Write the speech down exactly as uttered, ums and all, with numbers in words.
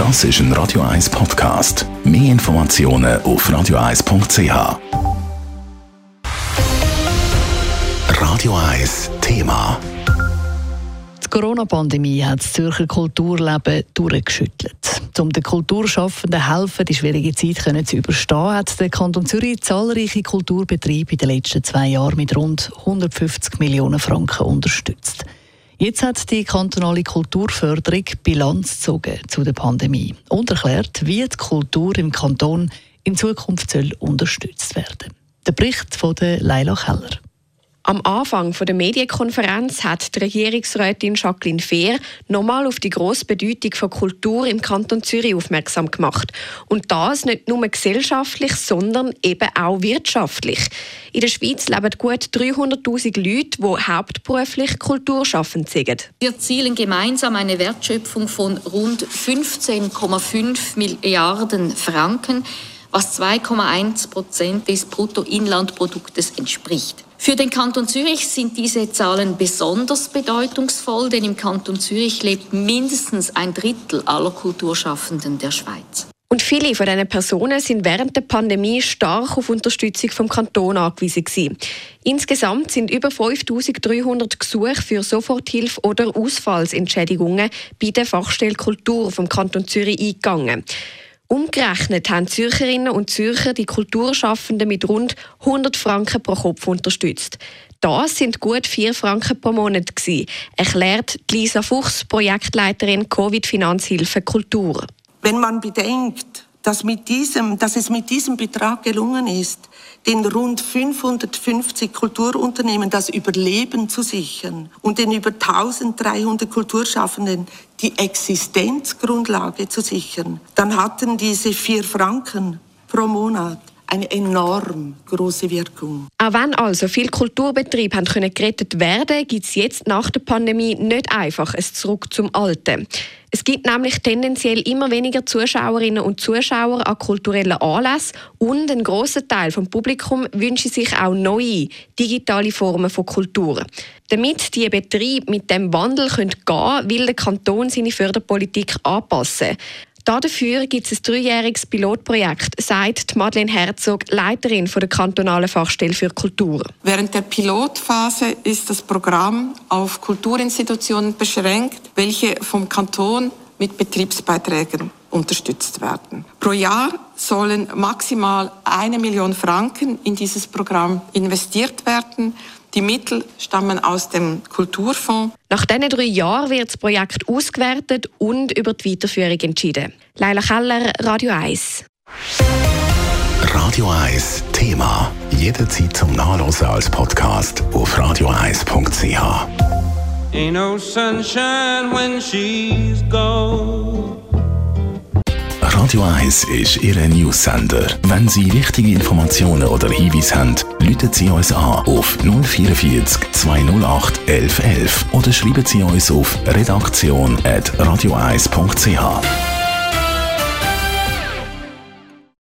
Das ist ein Radio eins Podcast. Mehr Informationen auf radio eins punkt c h. Radio eins Thema. Die Corona-Pandemie hat das Zürcher Kulturleben durchgeschüttelt. Um den Kulturschaffenden helfen, die schwierige Zeit zu überstehen, hat der Kanton Zürich zahlreiche Kulturbetriebe in den letzten zwei Jahren mit rund hundertfünfzig Millionen Franken unterstützt. Jetzt hat die kantonale Kulturförderung Bilanz gezogen zu der Pandemie und erklärt, wie die Kultur im Kanton in Zukunft soll unterstützt werden. Der Bericht von Leila Keller. Am Anfang der Medienkonferenz hat die Regierungsrätin Jacqueline Fehr nochmal auf die grosse Bedeutung von Kultur im Kanton Zürich aufmerksam gemacht. Und das nicht nur gesellschaftlich, sondern eben auch wirtschaftlich. In der Schweiz leben gut dreihunderttausend Leute, die hauptberuflich kulturschaffend sind. Wir zielen gemeinsam eine Wertschöpfung von rund fünfzehn Komma fünf Milliarden Franken, was zwei Komma eins Prozent des Bruttoinlandproduktes entspricht. Für den Kanton Zürich sind diese Zahlen besonders bedeutungsvoll, denn im Kanton Zürich lebt mindestens ein Drittel aller Kulturschaffenden der Schweiz. Und viele von diesen Personen sind während der Pandemie stark auf Unterstützung vom Kanton angewiesen gewesen. Insgesamt sind über fünftausenddreihundert Gesuche für Soforthilfe oder Ausfallsentschädigungen bei der Fachstelle Kultur vom Kanton Zürich eingegangen. Umgerechnet haben Zürcherinnen und Zürcher die Kulturschaffenden mit rund hundert Franken pro Kopf unterstützt. Das sind gut vier Franken pro Monat gewesen, erklärt Lisa Fuchs, Projektleiterin Covid-Finanzhilfe Kultur. Wenn man bedenkt, dass, mit diesem, dass es mit diesem Betrag gelungen ist, den rund fünfhundertfünfzig Kulturunternehmen das Überleben zu sichern und den über eintausenddreihundert Kulturschaffenden die Existenzgrundlage zu sichern, dann hatten diese vier Franken pro Monat eine enorm große Wirkung. Auch wenn also viele Kulturbetriebe haben können gerettet werden, gibt es jetzt nach der Pandemie nicht einfach ein Zurück zum Alten. Es gibt nämlich tendenziell immer weniger Zuschauerinnen und Zuschauer an kulturellen Anlässen und ein grosser Teil vom Publikum wünscht sich auch neue, digitale Formen von Kultur. Damit die Betriebe mit dem Wandel gehen können, will der Kanton seine Förderpolitik anpassen. Dafür gibt es ein dreijähriges Pilotprojekt, sagt Madeleine Herzog, Leiterin der kantonalen Fachstelle für Kultur. Während der Pilotphase ist das Programm auf Kulturinstitutionen beschränkt, welche vom Kanton mit Betriebsbeiträgen unterstützt werden. Pro Jahr sollen maximal eine Million Franken in dieses Programm investiert werden. Die Mittel stammen aus dem Kulturfonds. Nach diesen drei Jahren wird das Projekt ausgewertet und über die Weiterführung entschieden. Leila Keller, Radio eins. Radio eins Thema. Jederzeit zum Nachlesen als Podcast auf radio eins punkt c h. Ain't no sunshine when she's gone. Radio eins ist Ihr News-Sender. Wenn Sie wichtige Informationen oder Hinweise haben, rufen Sie uns an auf null vierundvierzig zweihundertacht elf elf oder schreiben Sie uns auf redaktion at radio eins punkt c h.